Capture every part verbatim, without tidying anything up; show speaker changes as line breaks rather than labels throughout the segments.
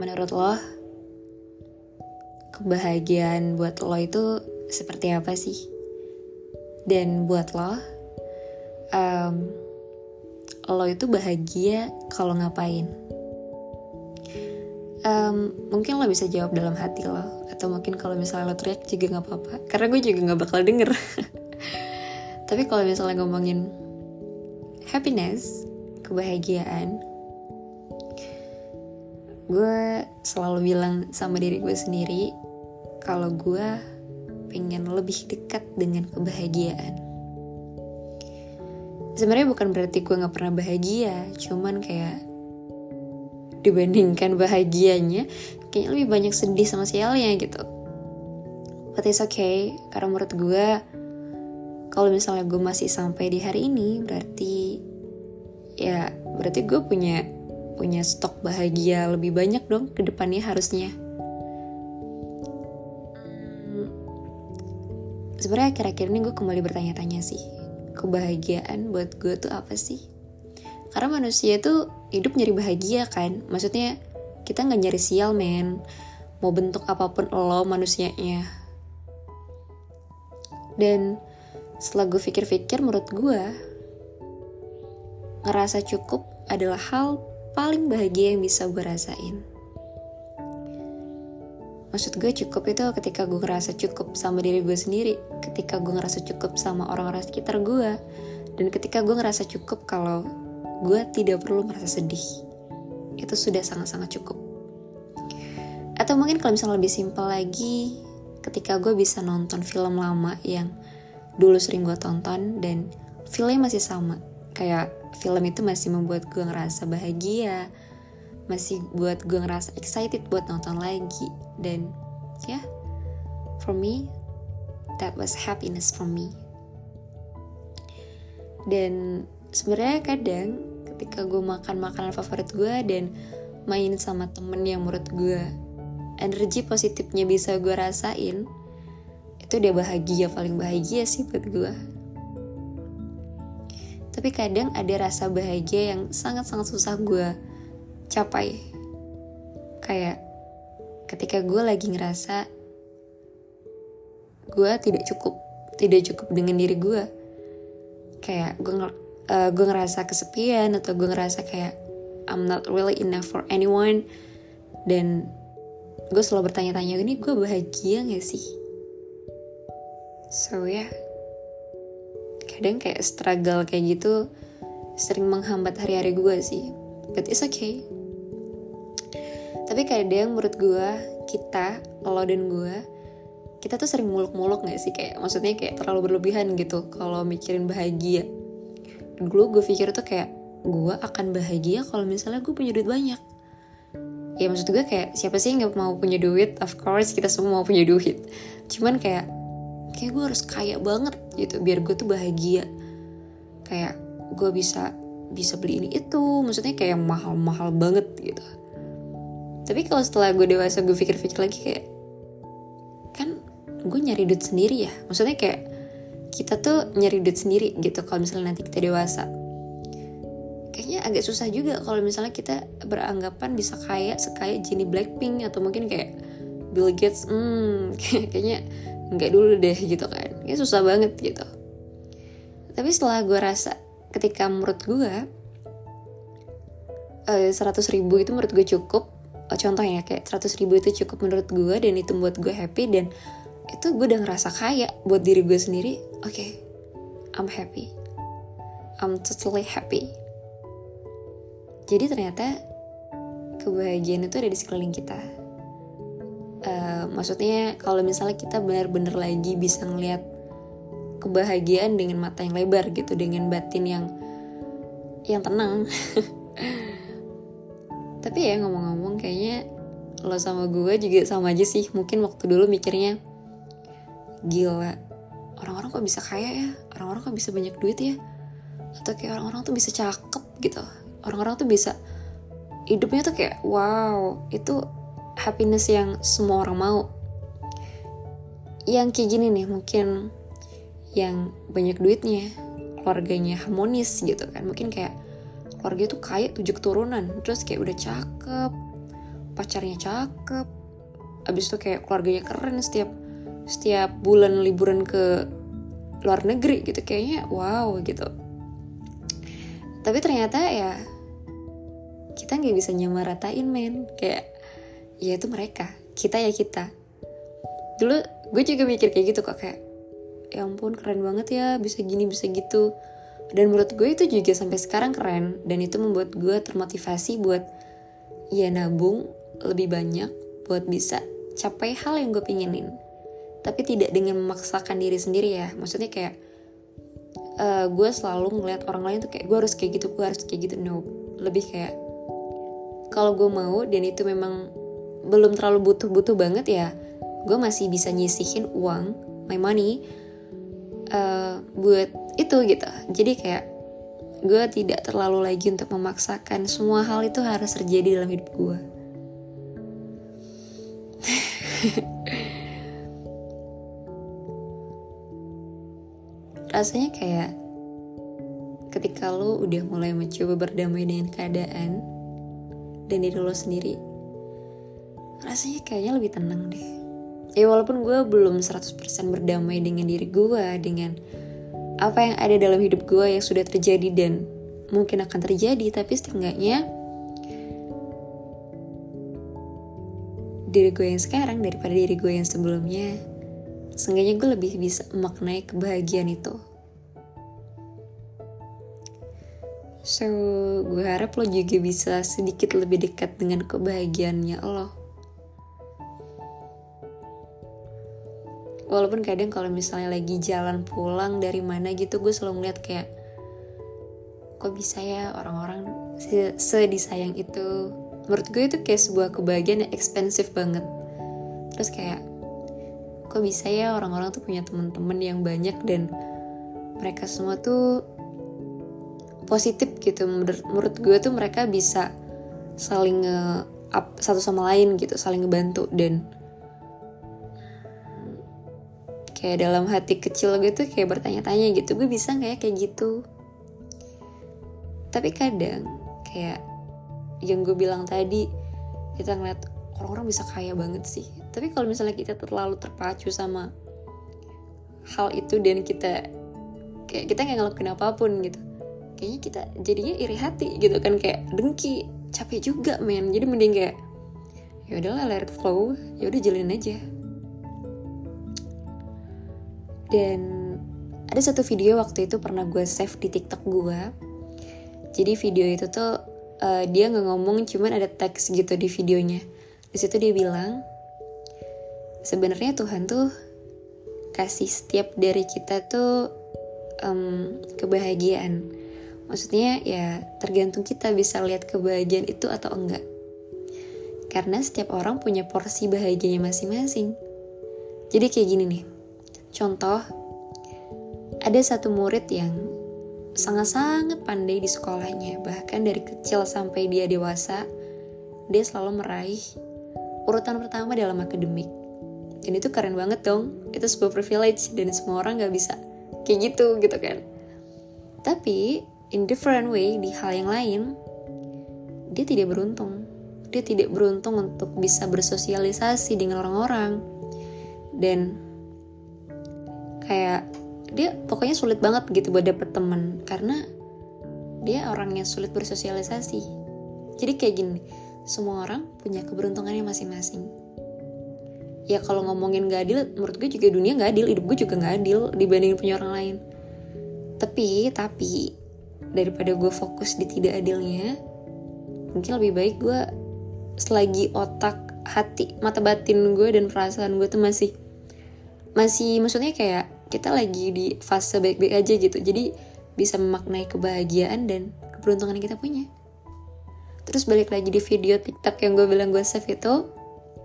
menurut lo kebahagiaan buat lo itu seperti apa sih? Dan buat lo um, lo itu bahagia kalau ngapain? Um, mungkin lo bisa jawab dalam hati lo, atau mungkin kalau misalnya lo teriak juga gak apa-apa, karena gue juga gak bakal denger. Tapi kalau misalnya ngomongin happiness, kebahagiaan, gue selalu bilang sama diri gue sendiri kalau gue pengen lebih dekat dengan kebahagiaan. Sebenarnya bukan berarti gue gak pernah bahagia, cuman kayak dibandingkan bahagianya kayaknya lebih banyak sedih sama sialnya gitu. But it's okay, karena menurut gue kalau misalnya gue masih sampai di hari ini, berarti ya berarti gue punya punya stok bahagia lebih banyak dong ke depannya harusnya. Hmm, sebenarnya akhir-akhir ini gue kembali bertanya-tanya sih, kebahagiaan buat gue tuh apa sih? Karena manusia tuh hidup nyari bahagia kan. Maksudnya kita gak nyari sial men. Mau bentuk apapun lo manusianya. Dan setelah gue pikir-pikir, menurut gue ngerasa cukup adalah hal paling bahagia yang bisa gue rasain. Maksud gue cukup itu ketika gue ngerasa cukup sama diri gue sendiri, ketika gue ngerasa cukup sama orang-orang sekitar gue, dan ketika gue ngerasa cukup kalau gue tidak perlu merasa sedih. Itu sudah sangat-sangat cukup. Atau mungkin kalau misalnya lebih simpel lagi, ketika gue bisa nonton film lama yang dulu sering gue tonton dan filmnya masih sama, kayak film itu masih membuat gue ngerasa bahagia, masih buat gue ngerasa excited buat nonton lagi. Dan ya, yeah, for me that was happiness for me. Dan sebenarnya kadang ketika gue makan makanan favorit gue dan main sama temen yang menurut gue energi positifnya bisa gue rasain, itu udah bahagia, paling bahagia sih buat gue. Tapi kadang ada rasa bahagia yang sangat-sangat susah gue capai. Kayak ketika gue lagi ngerasa gue tidak cukup, tidak cukup dengan diri gue. Kayak gue nger- uh, gue ngerasa kesepian, atau gue ngerasa kayak I'm not really enough for anyone. Dan gue selalu bertanya-tanya, ini gue bahagia gak sih? So ya yeah. Kadang kayak struggle kayak gitu sering menghambat hari-hari gue sih. But it's okay. Tapi kadang menurut gue, kita, lo dan gue, kita tuh sering muluk-muluk gak sih? Kayak maksudnya kayak terlalu berlebihan gitu kalau mikirin bahagia. Dulu gue pikir tuh kayak gue akan bahagia kalau misalnya gue punya duit banyak. Ya maksud gue kayak siapa sih yang gak mau punya duit? Of course kita semua mau punya duit. Cuman kayak kayak gue harus kaya banget gitu biar gue tuh bahagia. Kayak gue bisa bisa beli ini itu, maksudnya kayak yang mahal-mahal banget gitu. Tapi kalau setelah gue dewasa, gue pikir-pikir lagi kayak, kan gue nyari duit sendiri ya. Maksudnya kayak kita tuh nyari duit sendiri gitu kalau misalnya nanti kita dewasa. Kayaknya agak susah juga kalau misalnya kita beranggapan bisa kaya sekaya Jennie Blackpink, atau mungkin kayak Bill Gates. Hmm, kayaknya nggak dulu deh gitu kan. Kayaknya susah banget gitu. Tapi setelah gue rasa, ketika menurut gue seratus ribu itu menurut gue cukup. Contohnya kayak seratus ribu itu cukup menurut gue, dan itu buat gue happy, dan itu gue udah ngerasa kaya buat diri gue sendiri. Oke, okay, I'm happy, I'm totally happy. Jadi ternyata kebahagiaan itu ada di sekeliling kita. Uh, maksudnya kalau misalnya kita benar-benar lagi bisa ngelihat kebahagiaan dengan mata yang lebar gitu, dengan batin yang yang tenang. Tapi ya ngomong-ngomong, kayaknya lo sama gue juga sama aja sih. Mungkin waktu dulu mikirnya, gila, orang-orang kok bisa kaya ya, orang-orang kok bisa banyak duit ya, atau kayak orang-orang tuh bisa cakep gitu, orang-orang tuh bisa hidupnya tuh kayak wow, itu happiness yang semua orang mau. Yang kayak gini nih, mungkin yang banyak duitnya, keluarganya harmonis gitu kan, mungkin kayak keluarga tuh kaya tujuh keturunan, terus kayak udah cakep, pacarnya cakep, abis itu kayak keluarganya keren, setiap setiap bulan liburan ke luar negeri gitu, kayaknya wow gitu. Tapi ternyata ya kita nggak bisa nyamaratain men, kayak ya itu mereka, kita ya kita. Dulu gue juga mikir kayak gitu kok, kayak ya ampun keren banget ya bisa gini bisa gitu. Dan menurut gue itu juga sampai sekarang keren, dan itu membuat gue termotivasi buat ya nabung lebih banyak buat bisa capai hal yang gue pinginin. Tapi tidak dengan memaksakan diri sendiri ya, maksudnya kayak uh, gue selalu ngeliat orang lain tuh kayak gue harus kayak gitu, gue harus kayak gitu. No, lebih kayak kalau gue mau dan itu memang belum terlalu butuh-butuh banget ya, gue masih bisa nyisihin uang, my money uh, buat itu gitu. Jadi kayak gue tidak terlalu lagi untuk memaksakan semua hal itu harus terjadi dalam hidup gue. Rasanya kayak ketika lo udah mulai mencoba berdamai dengan keadaan dan diri lo sendiri, rasanya kayaknya lebih tenang deh. Ya walaupun gue belum seratus persen berdamai dengan diri gue, dengan apa yang ada dalam hidup gue yang sudah terjadi dan mungkin akan terjadi, tapi setidaknya diri gue yang sekarang daripada diri gue yang sebelumnya, seenggaknya gue lebih bisa memaknai kebahagiaan itu. So, gue harap lo juga bisa sedikit lebih dekat dengan kebahagiaannya lo. Walaupun kadang kalau misalnya lagi jalan pulang dari mana gitu, gue selalu ngeliat kayak, kok bisa ya orang-orang sedisayang itu. Menurut gue itu kayak sebuah kebahagiaan yang ekspensif banget. Terus kayak, kok bisa ya orang-orang tuh punya teman-teman yang banyak dan mereka semua tuh positif gitu. Menurut gue tuh mereka bisa saling nge-up satu sama lain gitu, saling ngebantu. Dan kayak dalam hati kecil gue tuh kayak bertanya-tanya gitu, gue bisa gak ya kayak gitu. Tapi kadang kayak yang gue bilang tadi, kita ngeliat orang-orang bisa kaya banget sih. Tapi kalau misalnya kita terlalu terpacu sama hal itu dan kita kayak kita gak ngelakuin apapun gitu, kayaknya kita jadinya iri hati gitu kan, kayak dengki, capek juga men. Jadi mending kayak ya udahlah, let it flow, ya udah jalanin aja. Dan ada satu video waktu itu pernah gue save di TikTok gue. Jadi video itu tuh uh, dia nggak ngomong, cuman ada teks gitu di videonya. Di situ dia bilang, sebenarnya Tuhan tuh kasih setiap dari kita tuh um, kebahagiaan. Maksudnya ya tergantung kita bisa lihat kebahagiaan itu atau enggak. Karena setiap orang punya porsi bahagianya masing-masing. Jadi kayak gini nih. Contoh, ada satu murid yang sangat-sangat pandai di sekolahnya. Bahkan dari kecil sampai dia dewasa, dia selalu meraih urutan pertama dalam akademik. Dan itu keren banget dong. Itu sebuah privilege dan semua orang gak bisa kayak gitu gitu kan. Tapi in different way, di hal yang lain, dia tidak beruntung. Dia tidak beruntung untuk bisa bersosialisasi dengan orang-orang. Dan kayak dia pokoknya sulit banget gitu buat dapet teman, karena dia orang yang sulit bersosialisasi. Jadi kayak gini, semua orang punya keberuntungannya masing-masing. Ya kalau ngomongin gak adil, menurut gue juga dunia gak adil, hidup gue juga gak adil dibandingin punya orang lain. Tapi, tapi daripada gue fokus di tidak adilnya, mungkin lebih baik gue selagi otak, hati, mata batin gue dan perasaan gue tuh masih masih maksudnya kayak kita lagi di fase baik-baik aja gitu. Jadi bisa memaknai kebahagiaan dan keberuntungan yang kita punya. Terus balik lagi di video TikTok yang gue bilang gue save itu,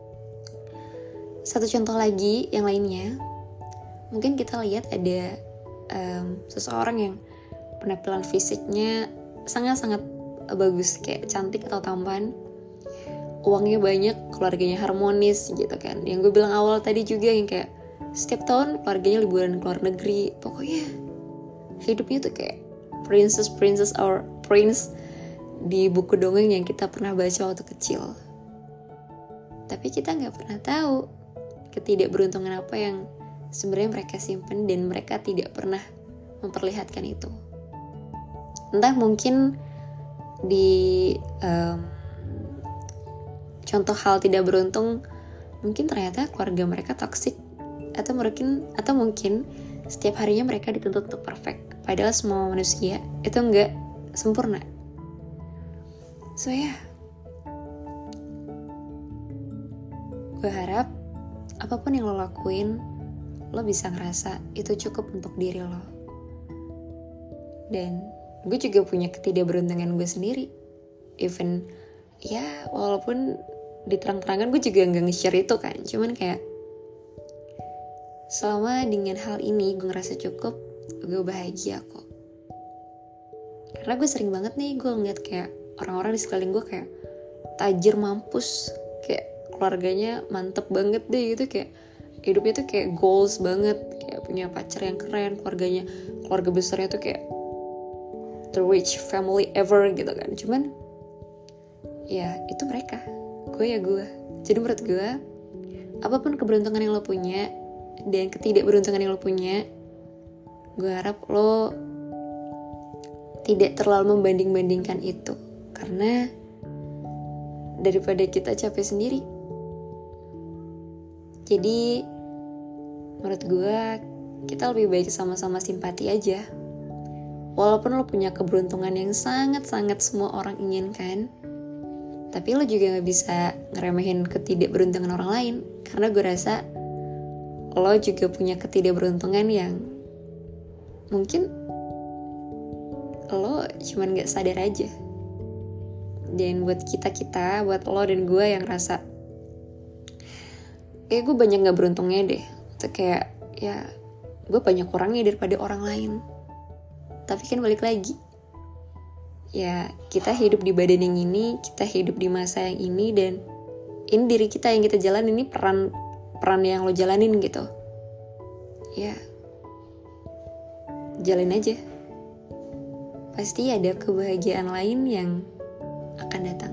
satu contoh lagi yang lainnya, mungkin kita lihat ada um, seseorang yang penampilan fisiknya sangat-sangat bagus, kayak cantik atau tampan, uangnya banyak, keluarganya harmonis gitu kan. Yang gue bilang awal tadi juga, yang kayak setiap tahun keluarganya liburan ke luar negeri. Pokoknya hidupnya tuh kayak princess princess or prince di buku dongeng yang kita pernah baca waktu kecil. Tapi kita nggak pernah tahu ketidakberuntungan apa yang sebenarnya mereka simpen dan mereka tidak pernah memperlihatkan itu. Entah mungkin di um, contoh hal tidak beruntung, mungkin ternyata keluarga mereka toksik, atau mungkin atau mungkin setiap harinya mereka dituntut untuk perfect, padahal semua manusia itu nggak sempurna. So ya, yeah. Gue harap apapun yang lo lakuin, lo bisa ngerasa itu cukup untuk diri lo. Dan gue juga punya ketidakberuntungan gue sendiri. Even, ya walaupun di terang-terangan gue juga gak nge-share itu kan. Cuman kayak, selama dengan hal ini gue ngerasa cukup, gue bahagia kok. Karena gue sering banget nih gue ngeliat kayak orang-orang di sekeliling gue kayak tajir mampus, kayak keluarganya mantep banget deh gitu, kayak hidupnya tuh kayak goals banget, kayak punya pacar yang keren, keluarganya, keluarga besarnya tuh kayak the rich family ever gitu kan. Cuman ya itu mereka, gue ya gue. Jadi menurut gue, apapun keberuntungan yang lo punya dan ketidakberuntungan yang lo punya, gue harap lo tidak terlalu membanding-bandingkan itu, karena daripada kita capek sendiri. Jadi menurut gue, kita lebih baik sama-sama simpati aja. Walaupun lo punya keberuntungan yang sangat-sangat semua orang inginkan, tapi lo juga gak bisa ngeremehin ketidakberuntungan orang lain. Karena gue rasa lo juga punya ketidakberuntungan yang mungkin lo cuman gak sadar aja. Dan buat kita-kita, buat lo dan gue yang rasa kayak gue banyak gak beruntungnya deh, atau kayak ya gue banyak kurangnya daripada orang lain. Tapi kan balik lagi, ya kita hidup di badan yang ini, kita hidup di masa yang ini, dan ini diri kita yang kita jalanin, ini peran peran yang lo jalanin gitu. Ya jalin aja, pasti ada kebahagiaan lain yang akan datang.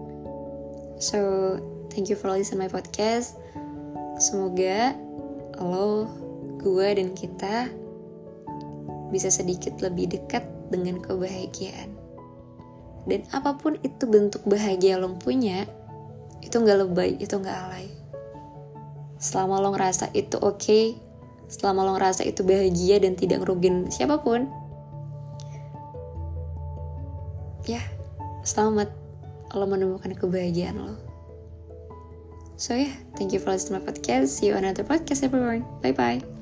So thank you for listening my podcast. Semoga lo, gue, dan kita bisa sedikit lebih dekat dengan kebahagiaan. Dan apapun itu bentuk bahagia lo punya, itu gak lebay, itu gak alay. Selama lo ngerasa itu oke, okay, selama lo ngerasa itu bahagia dan tidak ngerugin siapapun, ya selamat lo menemukan kebahagiaan lo. So yeah, thank you for listening to my podcast. See you on another podcast everyone. Bye bye.